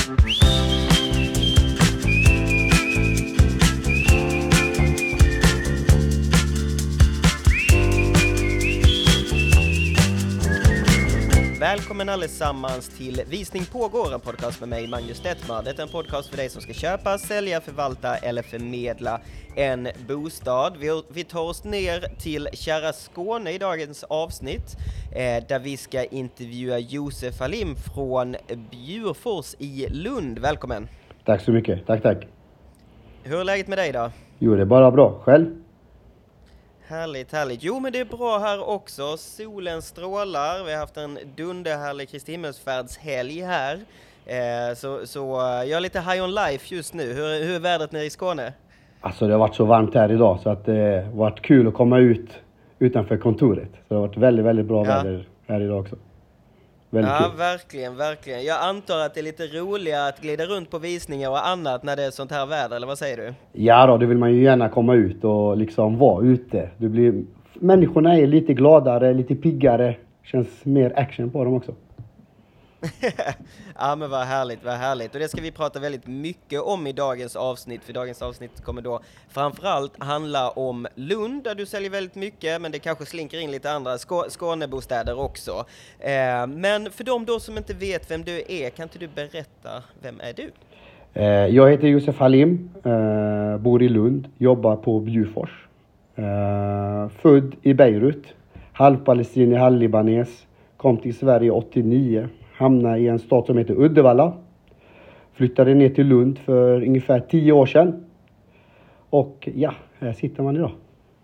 Välkommen allesammans till Visning pågår, en podcast med mig, Magnus Detmar. Det är en podcast för dig som ska köpa, sälja, förvalta eller förmedla en bostad. Vi tar oss ner till kära Skåne i dagens avsnitt, där vi ska intervjua Josef Halim från Bjurfors i Lund. Välkommen! Tack så mycket, tack. Hur är läget med dig då? Jo, det är bara bra. Själv? Härligt. Jo, men det är bra här också. Solen strålar. Vi har haft en dunderhärlig Kristi himmelsfärdshelg här. Så jag är lite high on life just nu. Hur är vädret nere i Skåne? Alltså det har varit så varmt här idag så att det har varit kul att komma ut utanför kontoret. Så det har varit väldigt bra väder här idag också. Väldigt kul. Verkligen. Jag antar att det är lite roligare att glida runt på visningar och annat när det är sånt här väder, eller vad säger du? Ja då, det vill man ju gärna komma ut och liksom vara ute. Människorna är lite gladare, lite piggare. Känns mer action på dem också. Ja, men vad härligt. Och det ska vi prata väldigt mycket om i dagens avsnitt. För dagens avsnitt kommer då framförallt handla om Lund, där du säljer väldigt mycket. Men det kanske slinker in lite andra Skånebostäder också. Men för de då som inte vet vem du är, kan inte du berätta, vem är du? Jag heter Josef Halim, bor i Lund, jobbar på Bjurfors. Född i Beirut, halvpalestinier, halvlibanes. Kom till Sverige 89. Hamnade i en stad som heter Uddevalla. Flyttade ner till Lund för ungefär 10 år sedan. Och ja, här sitter man idag.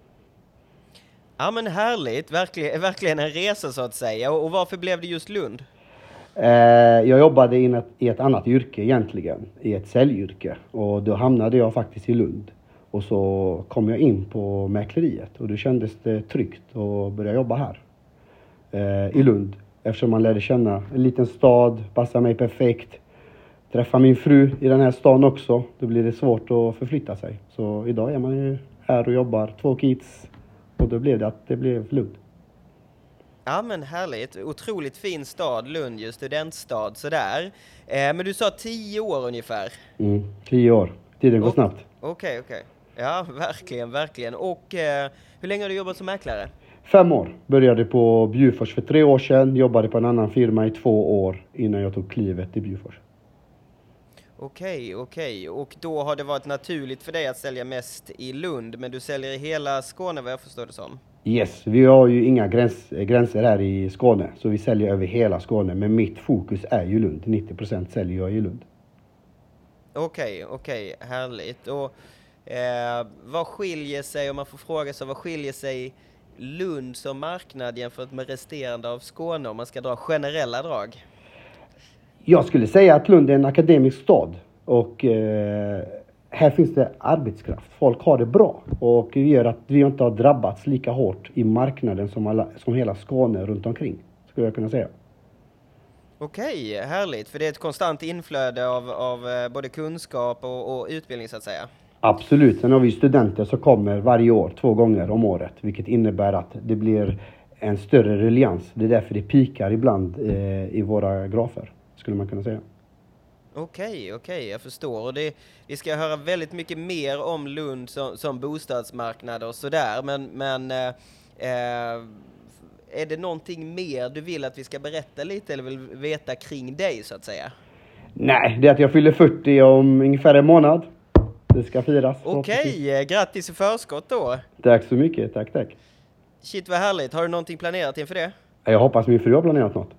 Ja, men härligt. Verkligen en resa så att säga. Och varför blev det just Lund? Jag jobbade i ett annat yrke egentligen. I ett säljyrke. Och då hamnade jag faktiskt i Lund. Och så kom jag in på mäkleriet. Och då kändes det tryggt att börja jobba här. I Lund. Eftersom man lärde känna en liten stad, passar mig perfekt. Träffa min fru i den här stan också. Då blir det svårt att förflytta sig. Så idag är man ju här och jobbar, 2 kids. Och då blev det att det blev Lund. Ja, men härligt. Otroligt fin stad, Lund, just studentstad, sådär. Men du sa 10 år ungefär. 10 år. Tiden går snabbt. Okej. Ja, verkligen. Och hur länge har du jobbat som mäklare? 5 år. Började på Bjurfors för 3 år sedan. Jobbade på en annan firma i 2 år innan jag tog klivet i Bjurfors. Okej. Och då har det varit naturligt för dig att sälja mest i Lund, men du säljer i hela Skåne, vad jag förstår det som? Yes, vi har ju inga gränser här i Skåne. Så vi säljer över hela Skåne. Men mitt fokus är ju Lund. 90% säljer jag i Lund. Okej, härligt. Och vad skiljer sig, om man får fråga så, vad skiljer sig Lund som marknad jämfört med resterande av Skåne, om man ska dra generella drag? Jag skulle säga att Lund är en akademisk stad. Och här finns det arbetskraft. Folk har det bra. Och det gör att vi inte har drabbats lika hårt i marknaden som hela Skåne runt omkring. Skulle jag kunna säga. Okej, härligt. För det är ett konstant inflöde av både kunskap och utbildning så att säga. Absolut. Sen har vi studenter som kommer varje år, 2 gånger om året. Vilket innebär att det blir en större ruljans. Det är därför det pikar ibland i våra grafer, skulle man kunna säga. Okej, jag förstår. Och vi ska höra väldigt mycket mer om Lund som bostadsmarknad och sådär. Men är det någonting mer du vill att vi ska berätta lite eller vill veta kring dig så att säga? Nej, det är att jag fyller 40 om ungefär en månad. Det ska firas. Okej, grattis i förskott då. Tack så mycket, tack. Shit, vad härligt. Har du någonting planerat inför det? Jag hoppas min fru har planerat något.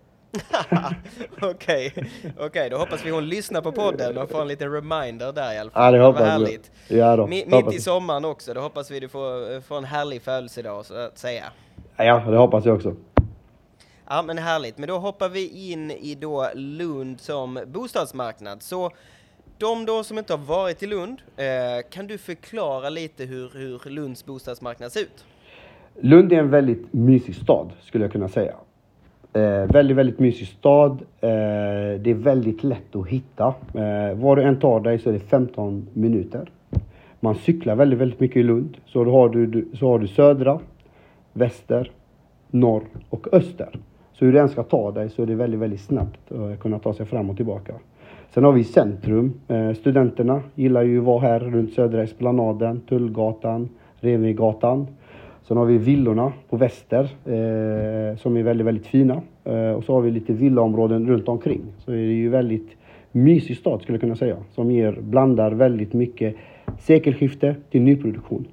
Okej, då hoppas vi hon lyssnar på podden och får en liten reminder där i alla fall. Ja, det hoppas jag. Härligt. Ja då. Mitt i sommaren också, då hoppas vi du får en härlig födelsedag så att säga. Ja, det hoppas jag också. Ja, men härligt. Men då hoppar vi in i då Lund som bostadsmarknad. Så de då som inte har varit i Lund, kan du förklara lite hur Lunds bostadsmarknad ser ut? Lund är en väldigt mysig stad skulle jag kunna säga. Väldigt mysig stad. Det är väldigt lätt att hitta. Var du än tar dig så är det 15 minuter. Man cyklar väldigt mycket i Lund. Så har du södra, väster, norr och öster. Så hur den ska ta dig så är det väldigt, väldigt snabbt att kunna ta sig fram och tillbaka. Sen har vi centrum. Studenterna gillar ju att vara här runt Södra Esplanaden, Tullgatan, Revegatan. Sen har vi villorna på väster som är väldigt, väldigt fina. Och så har vi lite villaområden runt omkring. Så är det ju väldigt mysig stad skulle jag kunna säga. Som blandar väldigt mycket sekelskifte till nyproduktion.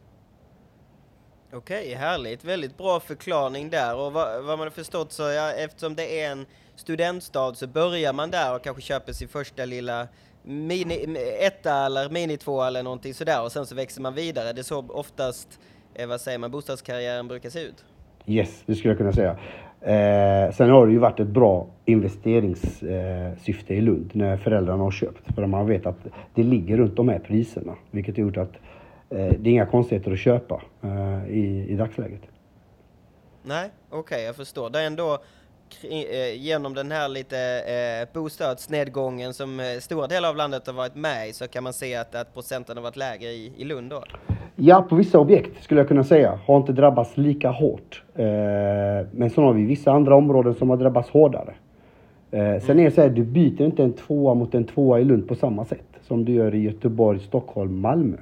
Okej, härligt. Väldigt bra förklaring där. Och vad man har förstått så, eftersom det är en studentstad så börjar man där och kanske köper sin första lilla etta eller mini 2 eller någonting sådär. Och sen så växer man vidare. Det är så oftast, bostadskarriären brukar se ut. Yes, det skulle jag kunna säga. Sen har det ju varit ett bra investeringssyfte i Lund när föräldrarna har köpt. För man vet att det ligger runt de här priserna. Vilket har gjort att det är inga konstigheter att köpa i dagsläget. Nej, okej, jag förstår. Det är ändå genom den här lite bostadsnedgången som stora delar av landet har varit med i, så kan man se att procenten har varit lägre i Lund då. Ja, på vissa objekt skulle jag kunna säga har inte drabbats lika hårt. Men så har vi vissa andra områden som har drabbats hårdare. Sen är det så här, du byter inte en 2 mot en 2 i Lund på samma sätt som du gör i Göteborg, Stockholm, Malmö.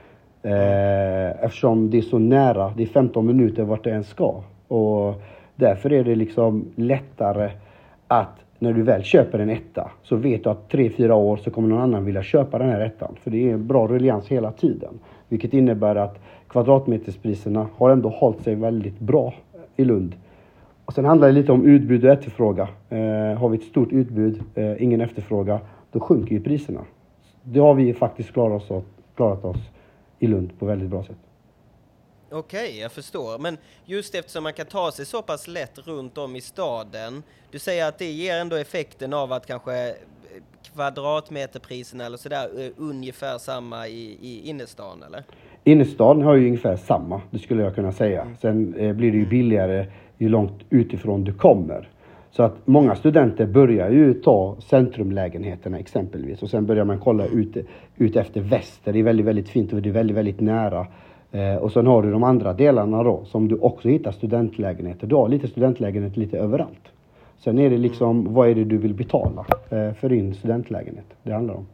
Eftersom det är så nära, det är 15 minuter vart det än ska. Och därför är det liksom lättare att när du väl köper en etta så vet du att 3-4 år så kommer någon annan vilja köpa den här ettan. För det är en bra ruljans hela tiden. Vilket innebär att kvadratmeterspriserna har ändå hållit sig väldigt bra i Lund. Och sen handlar det lite om utbud och efterfråga. Har vi ett stort utbud, ingen efterfråga, då sjunker ju priserna. Det har vi faktiskt klarat oss i Lund på väldigt bra sätt. Okej, jag förstår. Men just eftersom man kan ta sig så pass lätt runt om i staden, du säger att det ger ändå effekten av att kanske kvadratmeterpriserna eller sådär ungefär samma i innerstan, eller? Innerstan har ju ungefär samma, det skulle jag kunna säga. Sen blir det ju billigare ju långt utifrån du kommer. Så att många studenter börjar ju ta centrumlägenheterna exempelvis. Och sen börjar man kolla ut efter väster. Det är väldigt, väldigt fint och det är väldigt, väldigt nära. Och sen har du de andra delarna då som du också hittar studentlägenheter. Du har lite studentlägenheter lite överallt. Sen är det liksom, vad är det du vill betala för din studentlägenhet? Det handlar om.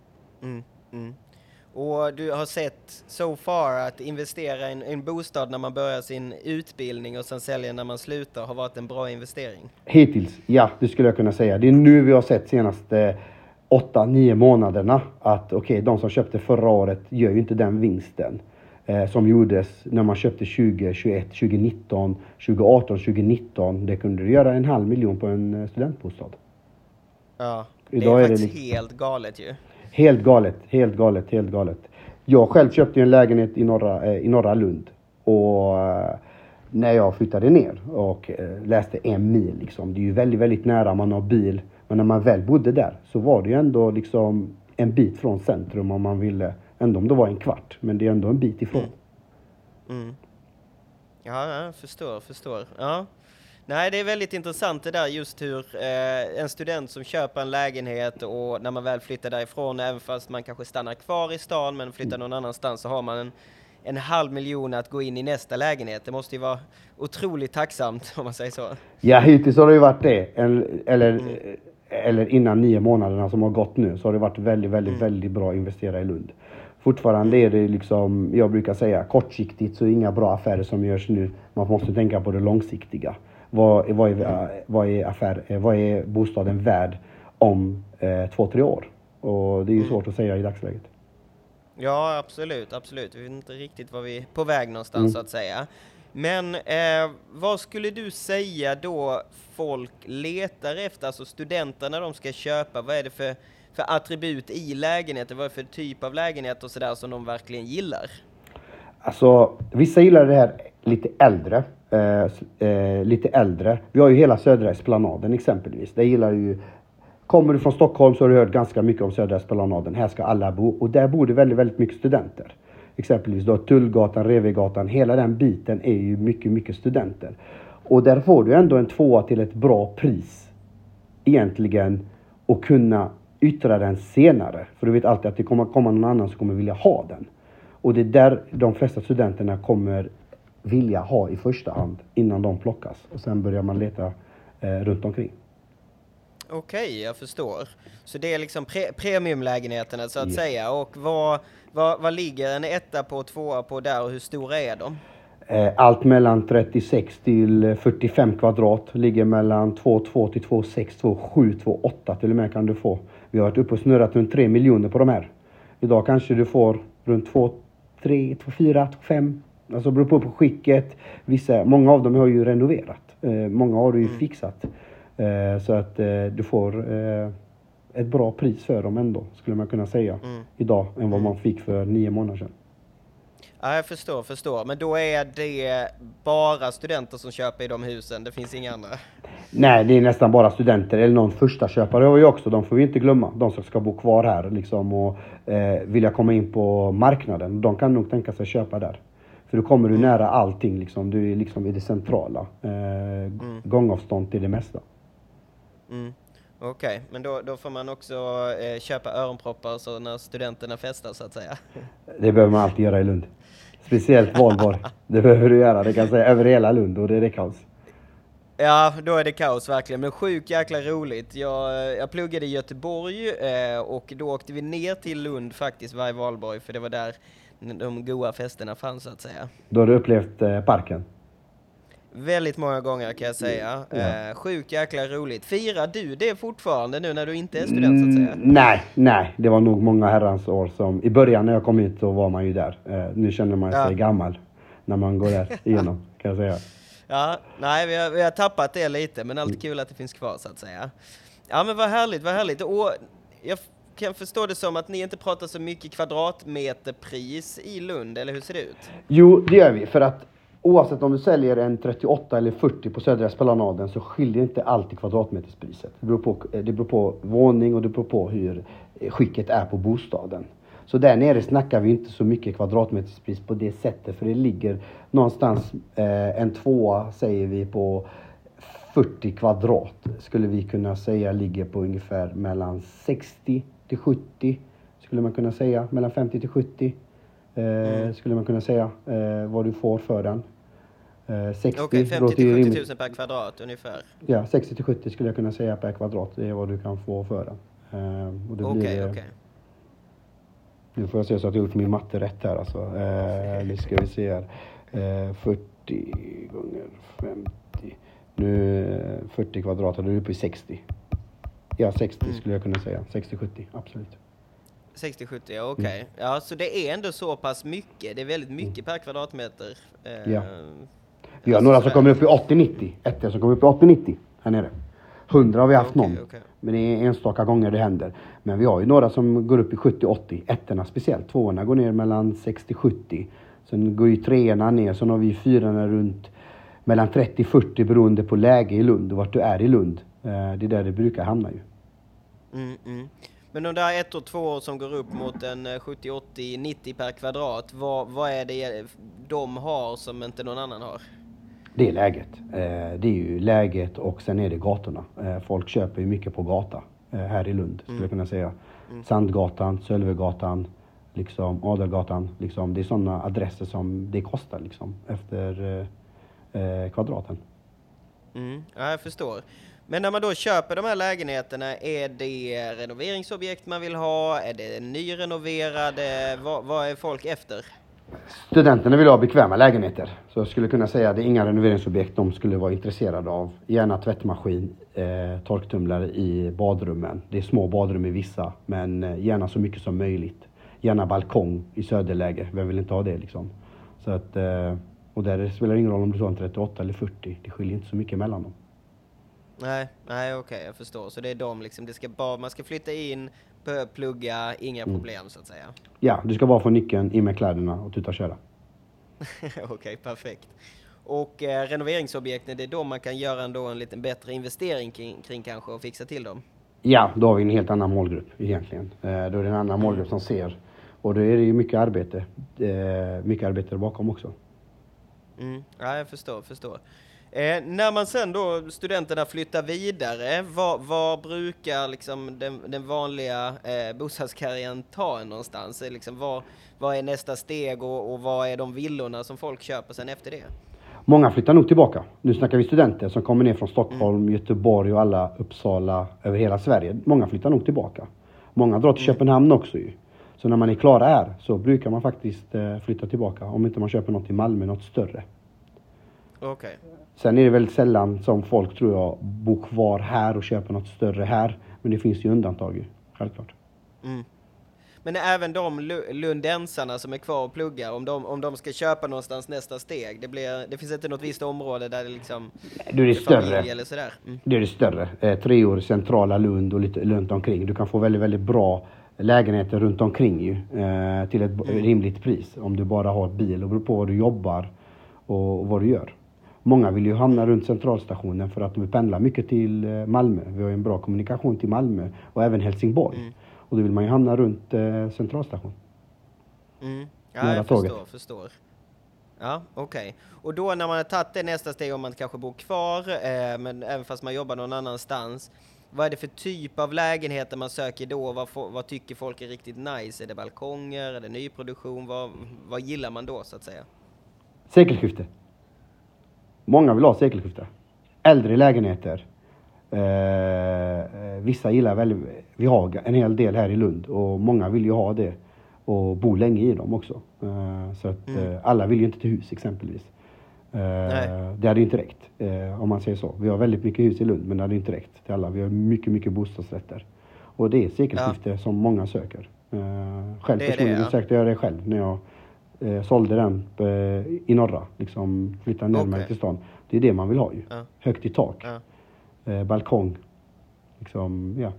Och du har sett so far att investera i en bostad när man börjar sin utbildning och sen sälja när man slutar har varit en bra investering? Hittills, ja, det skulle jag kunna säga. Det är nu vi har sett senaste 8-9 månaderna att de som köpte förra året gör ju inte den vinsten som gjordes när man köpte 2021, 2019, 2018, 2019. Det kunde du göra 500 000 på en studentbostad. Ja, idag är faktiskt helt galet ju. Helt galet. Jag själv köpte en lägenhet i norra Lund. Och när jag flyttade ner och läste 1 mil liksom. Det är ju väldigt, väldigt nära, man har bil. Men när man väl bodde där så var det ju ändå liksom en bit från centrum om man ville. Ändå om det var en kvart. Men det är ändå en bit ifrån. Ja, jag förstår. Ja. Nej, det är väldigt intressant det där just hur en student som köper en lägenhet och när man väl flyttar därifrån, även fast man kanske stannar kvar i stan men flyttar någon annanstans, så har man en 500 000 att gå in i nästa lägenhet. Det måste ju vara otroligt tacksamt om man säger så. Ja, hittills har det ju varit det. Eller innan 9 månaderna som har gått nu så har det varit väldigt bra att investera i Lund. Fortfarande är det liksom, jag brukar säga, kortsiktigt så är inga bra affärer som görs nu. Man måste tänka på det långsiktiga. Vad är bostaden värd om 2-3 år? Och det är ju svårt att säga i dagsläget. Ja, absolut. Vi vet inte riktigt var vi är på väg någonstans så att säga. Men vad skulle du säga då folk letar efter, alltså studenterna de ska köpa? Vad är det för attribut i lägenheter? Vad är det för typ av lägenhet och sådär som de verkligen gillar? Alltså, vissa gillar det här lite äldre. Vi har ju hela Södra Esplanaden exempelvis. Det gillar ju. Kommer du från Stockholm så har du hört ganska mycket om Södra Esplanaden. Här ska alla bo. Och där bor det väldigt mycket studenter. Exempelvis då Tullgatan, Revegatan. Hela den biten är ju mycket studenter. Och där får du ändå en 2 till ett bra pris. Egentligen. Och kunna yttra den senare. För du vet alltid att det kommer komma någon annan som kommer vilja ha den. Och det är där de flesta studenterna kommer vilja ha i första hand innan de plockas. Och sen börjar man leta runt omkring. Okej, jag förstår. Så det är liksom premiumlägenheterna så att Yes. säga. Och vad ligger en etta på, tvåa på där och hur stora är de? Allt mellan 36 till 45 kvadrat ligger mellan 2,2 till 2,6, 2,7, 2,8 till och med kan du få. Vi har varit uppe och snurrat runt 3 miljoner på de här. Idag kanske du får runt 2,3, 2,4, 2,5. Alltså beror på skicket. Många av dem har ju renoverat. Många har du ju fixat. Så att du får ett bra pris för dem ändå, skulle man kunna säga. Idag än vad man fick för 9 månader sedan. Ja, jag förstår. Men då är det bara studenter som köper i de husen. Det finns inga andra. Nej, det är nästan bara studenter eller någon första köpare har vi också. De får vi inte glömma. De som ska bo kvar här liksom och vilja komma in på marknaden. De kan nog tänka sig köpa där. För då kommer du nära allting liksom. Du är liksom i det centrala. Gångavstånd till det mesta. Okej, men då får man också köpa öronproppar så när studenterna festar så att säga. Det behöver man alltid göra i Lund. Speciellt Valborg. Det behöver du göra. Det kan säga över hela Lund och det är det kaos. Ja, då är det kaos verkligen. Men sjukt jäkla roligt. Jag pluggade i Göteborg och då åkte vi ner till Lund faktiskt varje valborg. För det var där de goda festerna fanns så att säga. Då har du upplevt parken? Väldigt många gånger kan jag säga. Sjukt jäkla roligt. Firar du det fortfarande nu när du inte är student så att säga? Nej. Det var nog många herrans år som... I början när jag kom hit så var man ju där. Nu känner man sig gammal när man går där igenom kan jag säga. Ja, nej vi har tappat det lite men alltid kul att det finns kvar så att säga. Ja men vad härligt. Och jag kan förstå det som att ni inte pratar så mycket kvadratmeterpris i Lund, eller hur ser det ut? Jo, det gör vi. För att oavsett om du säljer en 38 eller 40 på Södra Esplanaden så skiljer inte alltid kvadratmeterspriset. Det beror på våning och det beror på hur skicket är på bostaden. Så där nere snackar vi inte så mycket kvadratmeterspris på det sättet. För det ligger någonstans en tvåa säger vi på 40 kvadrat. Skulle vi kunna säga ligger på ungefär mellan 60 till 70. Skulle man kunna säga mellan 50 till 70. Skulle man kunna säga vad du får för den. 60 Okej, 50 till 70 000 per kvadrat ungefär. Ja, 60 till 70 skulle jag kunna säga per kvadrat. Det är vad du kan få för den. Okej. Nu får jag se så att jag har gjort min matte rätt här alltså. Nu ska vi se här. 40 gånger 50. Nu 40 kvadrat, då är du uppe i 60. Ja, 60 skulle jag kunna säga. 60-70, absolut. 60-70, ja okej. Ja, så det är ändå så pass mycket. Det är väldigt mycket per kvadratmeter. Ja. Vi har några som kommer upp i 80-90. Ettor som kommer upp i 80-90 här nere. 100 har vi haft någon. Okay. Men det är enstaka gånger det händer. Men vi har ju några som går upp i 70-80. Ettorna speciellt. Tvåorna går ner mellan 60-70. Sen går ju treorna ner. Sen har vi fyrorna runt mellan 30-40 beroende på läge i Lund. Och vart du är i Lund. Det är där det brukar hamna ju. Men de där 1 och 2 som går upp mot en 70, 80, 90 per kvadrat. Vad är det de har som inte någon annan har? Det är läget. Det är ju läget och sen är det gatorna. Folk köper ju mycket på gata här i Lund skulle jag kunna säga. Sandgatan, Sölvegatan, liksom Adelgatan. Liksom, det är sådana adresser som det kostar liksom, efter kvadraten. Ja, jag förstår. Men när man då köper de här lägenheterna, är det renoveringsobjekt man vill ha? Är det nyrenoverade? Vad är folk efter? Studenterna vill ha bekväma lägenheter. Så jag skulle kunna säga att det är inga renoveringsobjekt de skulle vara intresserade av. Gärna tvättmaskin, torktumlare i badrummen. Det är små badrum i vissa, men gärna så mycket som möjligt. Gärna balkong i söderläge. Vem vill inte ha det liksom? Så att, och där spelar det ingen roll om du har en 38 eller 40. Det skiljer inte så mycket mellan dem. Nej, okej, jag förstår. Så det är de liksom, man ska flytta in, plugga, inga problem så att säga. Ja, du ska bara få nyckeln, in med kläderna och tuta och köra. Okej, perfekt. Och renoveringsobjekten, det är de man kan göra ändå en lite bättre investering kring kanske och fixa till dem? Ja, då har vi en helt annan målgrupp egentligen. Då är det en annan målgrupp som ser. Och då är det ju mycket arbete. Mycket arbete bakom också. Ja, jag förstår. När man sen då, studenterna flyttar vidare, vad brukar liksom den vanliga bostadskarriären ta en någonstans? Liksom, vad är nästa steg och vad är de villorna som folk köper sen efter det? Många flyttar nog tillbaka. Nu snackar vi studenter som kommer ner från Stockholm, Göteborg och alla Uppsala över hela Sverige. Många flyttar nog tillbaka. Många drar till Köpenhamn också ju. Så när man är klara här så brukar man faktiskt flytta tillbaka. Om inte man köper något i Malmö, något större. Okej. Sen är det väldigt sällan som folk, tror jag, bor kvar här och köper något större här. Men det finns ju undantag ju, självklart. Mm. Men även de lundensarna som är kvar och pluggar, om de ska köpa någonstans nästa steg, det finns inte något visst område där det liksom Det är det större. eller sådär. Det är det större. 3 år centrala Lund och lite runt omkring. Du kan få väldigt, väldigt bra lägenheter runt omkring ju, till ett rimligt pris. Om du bara har bil och beror på vad du jobbar och vad du gör. Många vill ju hamna runt centralstationen för att de vill pendla mycket till Malmö. Vi har ju en bra kommunikation till Malmö och även Helsingborg. Och då vill man ju hamna runt centralstation. Ja, jag förstår. Ja, okej. Och då när man har tagit det nästa steg, om man kanske bor kvar, men även fast man jobbar någon annanstans, vad är det för typ av lägenheter man söker då? Vad tycker folk är riktigt nice? Är det balkonger? Är det nyproduktion? Vad gillar man då, så att säga? Sekelskifte. Många vill ha sekelskifte. Äldre lägenheter. Vissa gillar väldigt... Vi har en hel del här i Lund och många vill ju ha det och bo länge i dem också. Så att alla vill ju inte till hus exempelvis. Det hade inte räckt, om man säger så. Vi har väldigt mycket hus i Lund, men det hade inte räckt till alla. Vi har mycket, mycket bostadsrätter. Och det är sekelskifte som många söker. Själv personligen sökte jag det själv när jag sålde den i norra. Liksom flyttade ner mig till stan. Det är det man vill ha ju. Högt i tak. Balkong. Liksom, ja.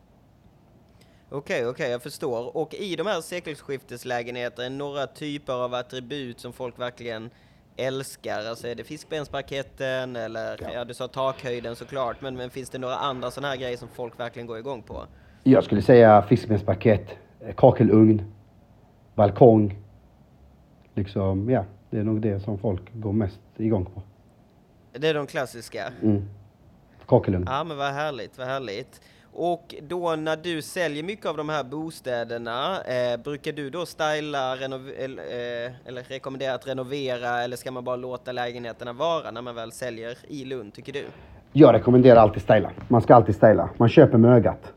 Okej, jag förstår. Och i de här sekelskifteslägenheterna, några typer av attribut som folk verkligen älskar? Alltså är det fiskbensparketten eller du sa takhöjden såklart, men finns det några andra sådana här grejer som folk verkligen går igång på? Jag skulle säga fiskbensparkett, kakelugn, balkong. Liksom, ja, det är nog det som folk går mest igång på. Det är de klassiska? Kakelugn. Ja, men vad härligt. Och då när du säljer mycket av de här bostäderna, brukar du då styla eller rekommendera att renovera, eller ska man bara låta lägenheterna vara när man väl säljer i Lund, tycker du? Jag rekommenderar alltid styla. Man ska alltid styla. Man köper med ögat.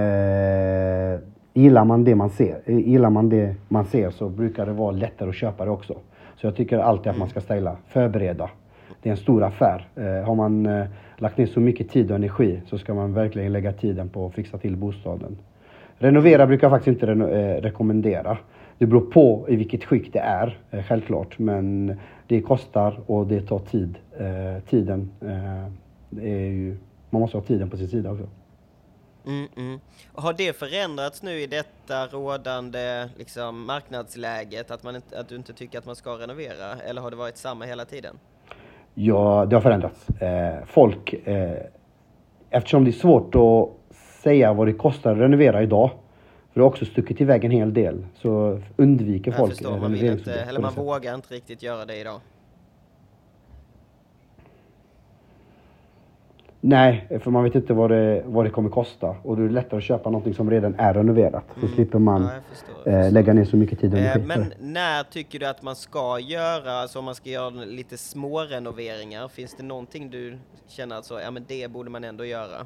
Gillar man det man ser så brukar det vara lättare att köpa det också. Så jag tycker alltid att man ska styla. Förbereda. Det är en stor affär. Har man lagt ner så mycket tid och energi så ska man verkligen lägga tiden på att fixa till bostaden. Renovera brukar jag faktiskt inte rekommendera. Det beror på i vilket skick det är, självklart. Men det kostar och det tar tid. Tiden är ju... Man måste ha tiden på sin sida också. Har det förändrats nu i detta rådande liksom, marknadsläget? Att du inte tycker att man ska renovera? Eller har det varit samma hela tiden? Ja, det har förändrats. Folk, eftersom det är svårt att säga vad det kostar att renovera idag, för det har också stuckit iväg en hel del, så undviker folk renoveringsobjekt. Eller man vågar inte riktigt göra det idag. Nej, för man vet inte vad det kommer kosta. Och då är det lättare att köpa något som redan är renoverat. Så slipper man lägga ner så mycket tid och energi. Men när tycker du att man ska göra, alltså om man ska göra lite små renoveringar, finns det någonting du känner att men det borde man ändå göra?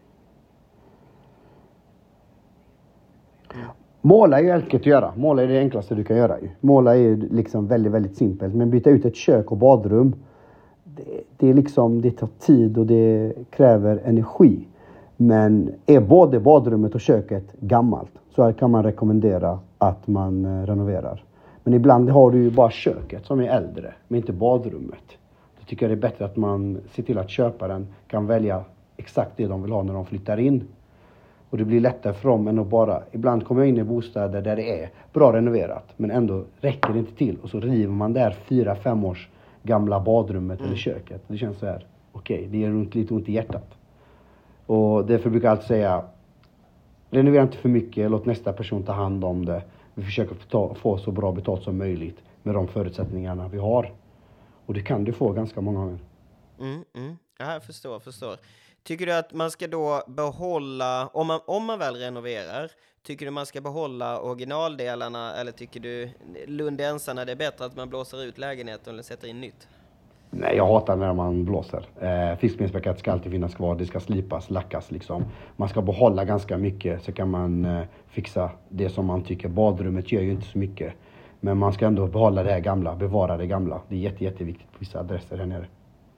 Måla är ju enkelt att göra. Måla är det enklaste du kan göra. Måla är liksom väldigt, väldigt simpelt. Men byta ut ett kök och badrum, det är liksom, det tar tid och det kräver energi. Men är både badrummet och köket gammalt så här kan man rekommendera att man renoverar. Men ibland har du ju bara köket som är äldre, men inte badrummet. Då tycker jag det är bättre att man ser till att köparen kan välja exakt det de vill ha när de flyttar in. Och det blir lättare för dem än att bara... Ibland kommer jag in i bostäder där det är bra renoverat, men ändå räcker det inte till. Och så river man där 4-5 års gamla badrummet eller köket. Det känns så här, okej, det gör lite ont i hjärtat. Och därför brukar jag alltid säga, renovera inte för mycket, låt nästa person ta hand om det. Vi försöker få så bra betalt som möjligt med de förutsättningarna vi har. Och det kan du få ganska många gånger. Ja, jag förstår. Tycker du att man ska då behålla, om man väl renoverar, tycker du man ska behålla originaldelarna, eller tycker du lundensarna det är bättre att man blåser ut lägenheten eller sätter in nytt? Nej, jag hatar när man blåser. Fiskbenspaket ska alltid finnas kvar. Det ska slipas, lackas liksom. Man ska behålla ganska mycket, så kan man fixa det som man tycker. Badrummet gör ju inte så mycket. Men man ska ändå behålla det här gamla, bevara det gamla. Det är jätteviktigt på vissa adresser här nere.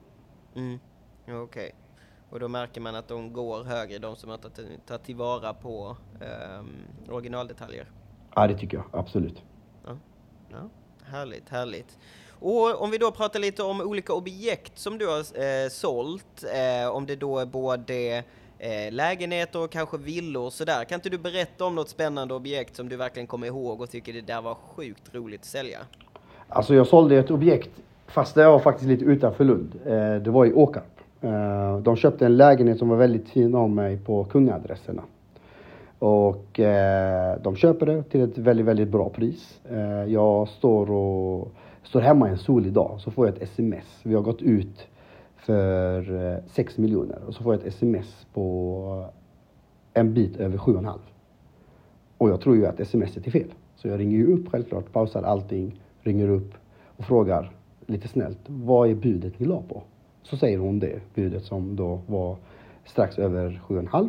Okej. Och då märker man att de går högre, de som har tagit tillvara på originaldetaljer. Ja, det tycker jag. Absolut. Ja. Härligt. Och om vi då pratar lite om olika objekt som du har sålt, om det då är både lägenheter och kanske villor och sådär. Kan inte du berätta om något spännande objekt som du verkligen kommer ihåg och tycker det där var sjukt roligt att sälja? Alltså jag sålde ett objekt, fast det var faktiskt lite utanför Lund. Det var i Åkarp. De köpte en lägenhet som var väldigt fin av mig på kungadresserna. Och de köper det till ett väldigt, väldigt bra pris. Jag står hemma en solig dag, så får jag ett sms. Vi har gått ut för 6 miljoner och så får jag ett sms på en bit över 7,5. Och jag tror ju att smset är fel. Så jag ringer ju upp självklart, pausar allting, ringer upp och frågar lite snällt, vad är budet ni la på? Så säger hon det, budet som då var strax över 7,5.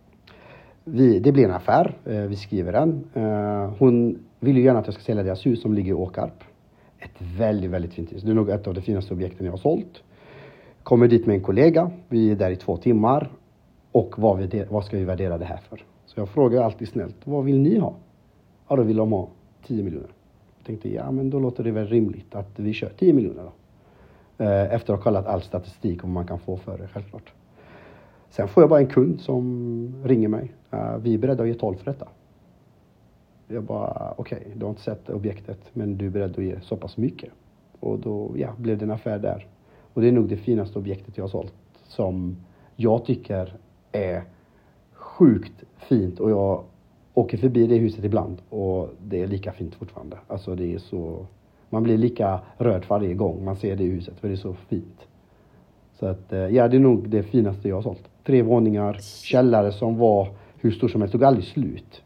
Det blir en affär, vi skriver den. Hon vill ju gärna att jag ska sälja deras hus som ligger i Åkarp. Ett väldigt, väldigt fint hus. Det är nog ett av de finaste objekten jag har sålt. Kommer dit med en kollega, vi är där i 2 timmar. Och vad ska vi värdera det här för? Så jag frågar alltid snällt, vad vill ni ha? Ja, då vill de ha 10 miljoner. Jag tänkte, ja men då låter det väl rimligt att vi kör 10 miljoner då. Efter att ha kollat all statistik om man kan få för det, självklart. Sen får jag bara en kund som ringer mig. Vi är beredda att ge 12 för detta. Jag bara, okej, du har inte sett objektet, men du är beredd att ge så pass mycket. Och då blev det en affär där. Och det är nog det finaste objektet jag har sålt, som jag tycker är sjukt fint. Och jag åker förbi det huset ibland och det är lika fint fortfarande. Alltså det är så, man blir lika rörd varje gång man ser det huset, för det är så fint. Så att det är nog det finaste jag har sålt. 3 våningar, källare som var hur stor som helst, tog aldrig slut.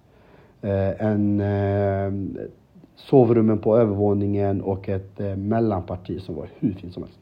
Sovrummen på övervåningen och ett mellanparti som var hur fint som helst.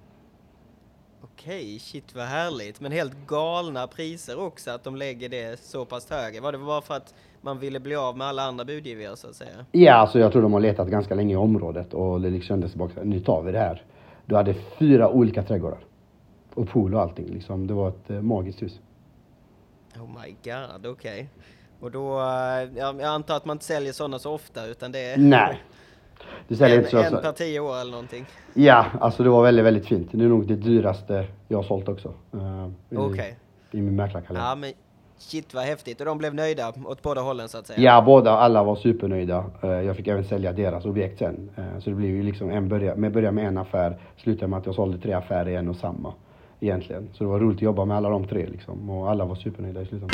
Okej, shit vad härligt. Men helt galna priser också, att de lägger det så pass höga. Var det bara för att man ville bli av med alla andra budgivare så att säga? Ja, alltså jag tror de har letat ganska länge i området och det liksom kändes tillbaka, nu tar vi det här. Du hade 4 olika trädgårdar. Och pool och allting liksom. Det var ett magiskt hus. Oh my god, okej. Och då, jag antar att man inte säljer sådana så ofta, utan det är... Nej. Du säljer inte så... En per 10 år eller någonting. Ja, alltså det var väldigt, väldigt fint. Det är nog det dyraste jag har sålt också. I min mäklarkalender. Ja, men shit vad häftigt. Och de blev nöjda åt båda hållen så att säga. Ja, alla var supernöjda. Jag fick även sälja deras objekt sen. Så det blev ju liksom börja med en affär. Slutade med att jag sålde 3 affärer i en och samma. Egentligen. Så det var roligt att jobba med alla de 3 liksom. Och alla var supernöjda i slutändan.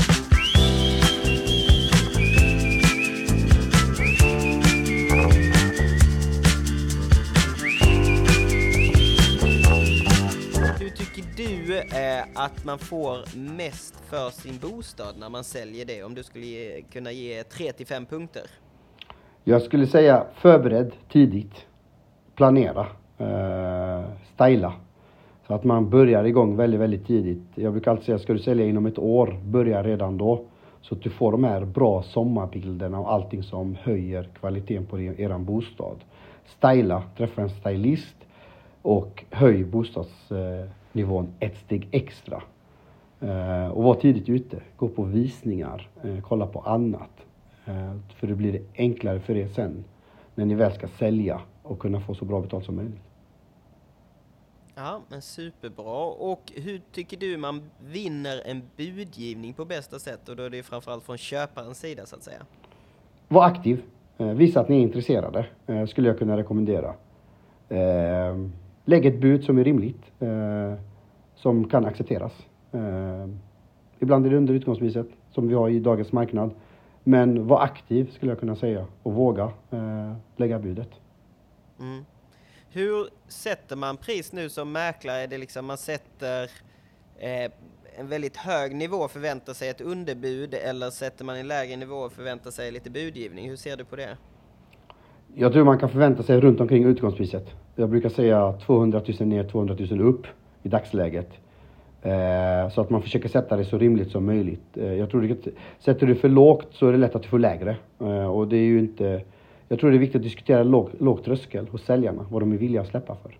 Hur tycker du att man får mest för sin bostad när man säljer det? Om du skulle kunna ge 3-5 punkter. Jag skulle säga förbered tidigt. Planera. Styla. Så att man börjar igång väldigt, väldigt tidigt. Jag brukar alltid säga, ska du sälja inom ett år, börja redan då. Så att du får de här bra sommarbilderna och allting som höjer kvaliteten på eran bostad. Styla, träffa en stylist och höj bostadsnivån ett steg extra. Och var tidigt ute, gå på visningar, kolla på annat. För det blir enklare för er sen när ni väl ska sälja och kunna få så bra betalt som möjligt. Ja, men superbra. Och hur tycker du man vinner en budgivning på bästa sätt? Och då är det framförallt från köparens sida så att säga. Var aktiv. Visa att ni är intresserade. Skulle jag kunna rekommendera. Lägg ett bud som är rimligt. Som kan accepteras. Ibland är det under utgångspriset som vi har i dagens marknad. Men var aktiv skulle jag kunna säga. Och våga lägga budet. Mm. Hur sätter man pris nu som mäklare? Är det liksom man sätter en väldigt hög nivå och förväntar sig ett underbud, eller sätter man en lägre nivå och förväntar sig lite budgivning? Hur ser du på det? Jag tror man kan förvänta sig runt omkring utgångspriset. Jag brukar säga 200 000 ner, 200 000 upp i dagsläget. Så att man försöker sätta det så rimligt som möjligt. Jag tror att sätter du för lågt så är det lätt att du får lägre. Och det är ju inte... Jag tror det är viktigt att diskutera låg tröskel hos säljarna. Vad de är villiga att släppa för.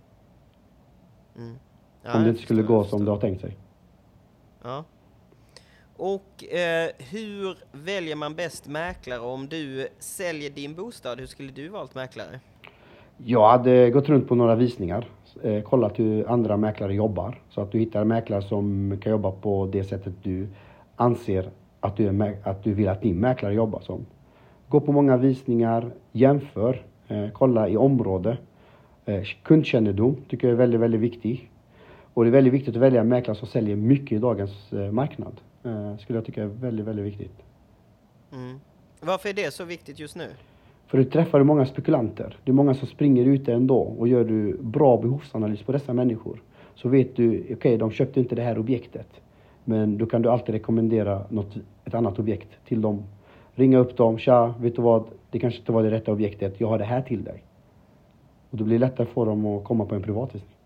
Ja, om det inte skulle gå som du har tänkt sig. Ja. Och hur väljer man bäst mäklare? Om du säljer din bostad, hur skulle du valt mäklare? Jag hade gått runt på några visningar. Kollat hur andra mäklare jobbar. Så att du hittar mäklare som kan jobba på det sättet du anser att du vill att din mäklare jobbar som. Gå på många visningar, jämför, kolla i område. Kundkännedom tycker jag är väldigt, väldigt viktig. Och det är väldigt viktigt att välja en mäklare som säljer mycket i dagens marknad. Skulle jag tycka är väldigt, väldigt viktigt. Varför är det så viktigt just nu? För du träffar många spekulanter. Det är många som springer ute ändå. Och gör du bra behovsanalys på dessa människor, så vet du, okej, de köpte inte det här objektet. Men då kan du alltid rekommendera ett annat objekt till dem. Ringa upp dem, tja, vet du vad, det kanske inte var det rätta objektet, jag har det här till dig. Och då blir det lättare för dem att komma på en privatvisning.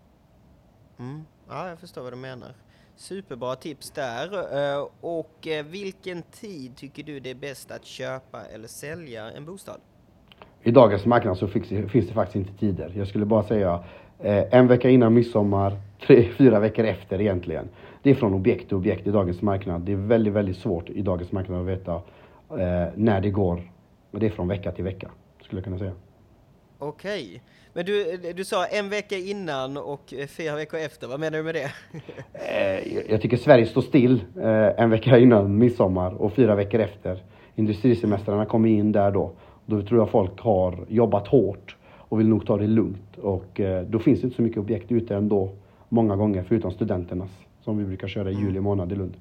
Ja, jag förstår vad du menar. Superbra tips där. Och vilken tid tycker du det är bäst att köpa eller sälja en bostad? I dagens marknad så finns det faktiskt inte tider. Jag skulle bara säga en vecka innan midsommar, 3-4 veckor efter egentligen. Det är från objekt till objekt i dagens marknad. Det är väldigt, väldigt svårt i dagens marknad att veta när det går. Och det är från vecka till vecka, skulle jag kunna säga. Okej. Men du sa en vecka innan och 4 veckor efter. Vad menar du med det? Jag tycker Sverige står still en vecka innan midsommar och 4 veckor efter. Industrisemestrarna kommer in där då. Då tror jag folk har jobbat hårt och vill nog ta det lugnt. Och då finns det inte så mycket objekt ute ändå. Många gånger förutom studenternas. Som vi brukar köra i juli månad i Lund.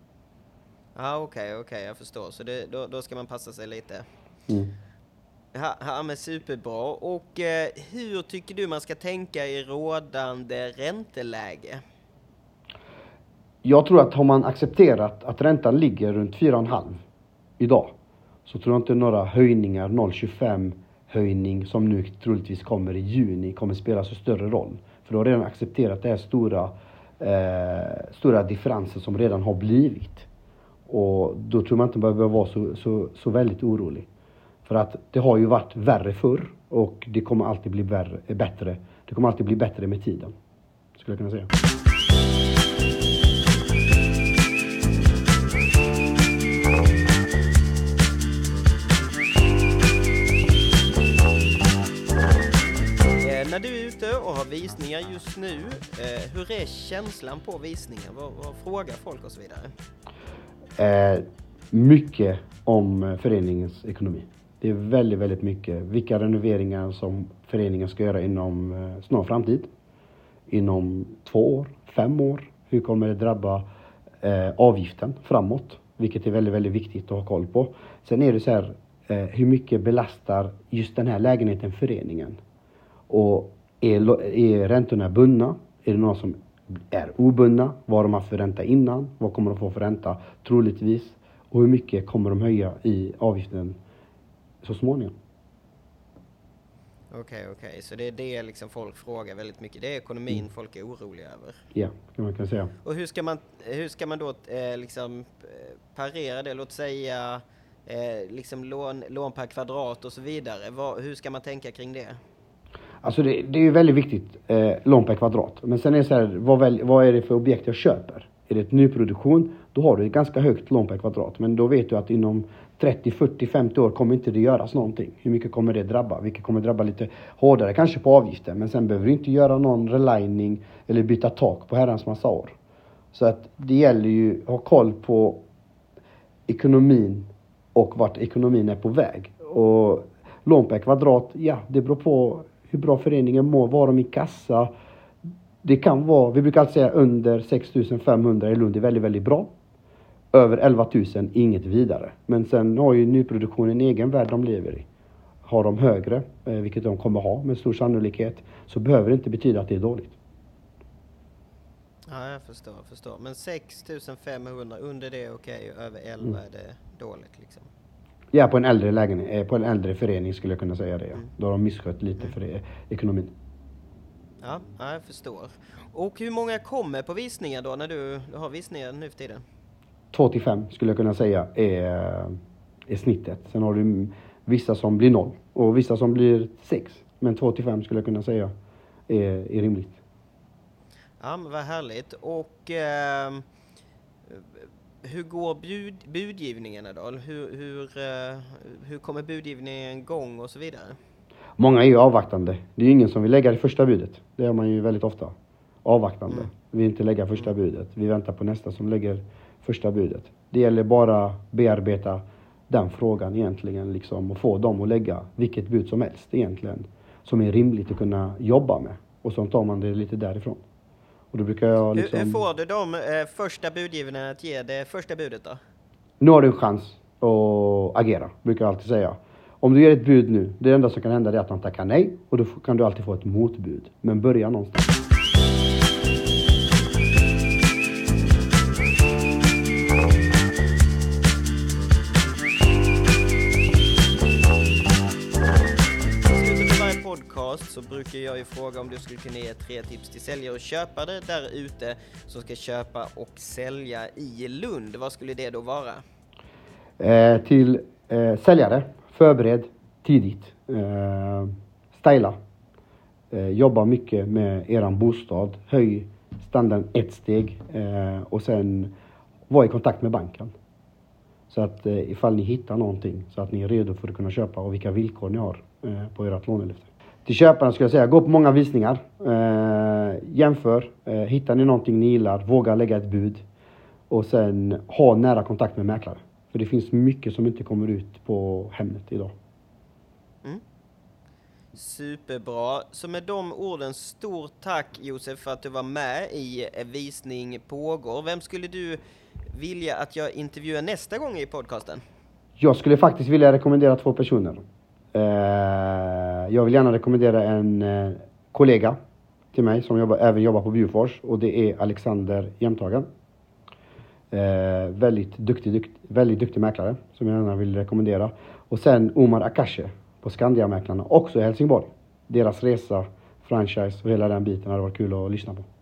Ja, okej, jag förstår. Så då ska man passa sig lite. Ja, men superbra. Och hur tycker du man ska tänka i rådande ränteläge? Jag tror att har man accepterat att räntan ligger runt 4,5 idag, så tror jag inte några höjningar, 0,25 höjning som nu troligtvis kommer i juni, kommer spela så större roll. För då har redan accepterat det här stora differenser som redan har blivit. Och då tror man inte behöver vara så väldigt orolig. För att det har ju varit värre förr och det kommer alltid bli bättre. Det kommer alltid bli bättre med tiden, skulle jag kunna säga. När du är ute och har visningar just nu, hur är känslan på visningen? Vad frågar folk och så vidare? Mycket om föreningens ekonomi. Det är väldigt, väldigt mycket. Vilka renoveringar som föreningen ska göra inom snar framtid. Inom 2 år, 5 år. Hur kommer det drabba avgiften framåt? Vilket är väldigt, väldigt viktigt att ha koll på. Sen är det så här, hur mycket belastar just den här lägenheten föreningen? Och är räntorna bundna? Är det några som är obundna? Vad har de haft för ränta innan? Vad kommer de få för ränta troligtvis? Och hur mycket kommer de höja i avgiften så småningom? Okej. Så det är det liksom folk frågar väldigt mycket. Det är ekonomin folk är oroliga över. Ja, kan man kan säga. Och hur ska man då liksom parera det? Låt säga liksom lån per kvadrat och så vidare. Hur ska man tänka kring det? Alltså det är ju väldigt viktigt, lån per kvadrat. Men sen är det så här, vad är det för objekt jag köper? Är det ett nyproduktion, då har du ett ganska högt lån per kvadrat. Men då vet du att inom 30, 40, 50 år kommer inte det göras någonting. Hur mycket kommer det drabba? Vilket kommer drabba lite hårdare kanske på avgiften. Men sen behöver du inte göra någon relining eller byta tak på herrans massa år. Så att det gäller ju att ha koll på ekonomin och vart ekonomin är på väg. Och lån per kvadrat, ja, det beror på hur bra föreningen mår, var de i kassa. Det kan vara, vi brukar alltid säga under 6 500 i Lund är väldigt, väldigt bra. Över 11 000 inget vidare. Men sen har ju nyproduktionen en egen värld de lever i. Har de högre, vilket de kommer ha med stor sannolikhet, så behöver det inte betyda att det är dåligt. Ja, jag förstår. Men 6 500 under det är okej, över 11 är det dåligt liksom. Ja, på en äldre lägenhet, på en äldre förening skulle jag kunna säga det. Ja. Då har de misskött lite för ekonomin. Ja, jag förstår. Och hur många kommer på visningar då när du har visningar nu för tiden? 2-5 skulle jag kunna säga är snittet. Sen har du vissa som blir 0 och vissa som blir 6. Men 2-5 skulle jag kunna säga är rimligt. Ja, men vad härligt. Och hur går budgivningarna då? Hur kommer budgivningen igång och så vidare? Många är ju avvaktande. Det är ju ingen som vill lägga det första budet. Det gör man ju väldigt ofta. Avvaktande. Vi vill inte lägga första budet. Vi väntar på nästa som lägger första budet. Det gäller bara bearbeta den frågan egentligen liksom, och få dem att lägga vilket bud som helst egentligen. Som är rimligt att kunna jobba med. Och så tar man det lite därifrån. Och då brukar jag liksom... Hur får du de första budgivarna att ge det första budet då? Nu har du en chans att agera, brukar jag alltid säga. Om du ger ett bud nu, det enda som kan hända är att han tackar nej. Och då kan du alltid få ett motbud. Men börja någonstans. Så brukar jag ju fråga om du skulle kunna ge 3 tips till säljare och köpare där ute som ska köpa och sälja i Lund. Vad skulle det då vara? Till säljare, förbered tidigt. Styla. Jobba mycket med eran bostad. Höj standarden 1 steg. Och sen var i kontakt med banken. Så att ifall ni hittar någonting så att ni är redo för att kunna köpa och vilka villkor ni har på ert lånelöfte. Till köparna skulle jag säga, gå på många visningar, jämför, hittar ni någonting ni gillar, våga lägga ett bud och sen ha nära kontakt med mäklare. För det finns mycket som inte kommer ut på Hemnet idag. Superbra. Så med de orden, stort tack Josef för att du var med i Visning pågår. Vem skulle du vilja att jag intervjuar nästa gång i podcasten? Jag skulle faktiskt vilja rekommendera 2 personer. Jag vill gärna rekommendera en kollega till mig som även jobbar på Bufors. Och det är Alexander Jämtagen. Väldigt duktig mäklare som jag gärna vill rekommendera. Och sen Omar Akashe på Skandia-mäklarna, också i Helsingborg. Deras resa, franchise och hela den biten hade varit kul att lyssna på.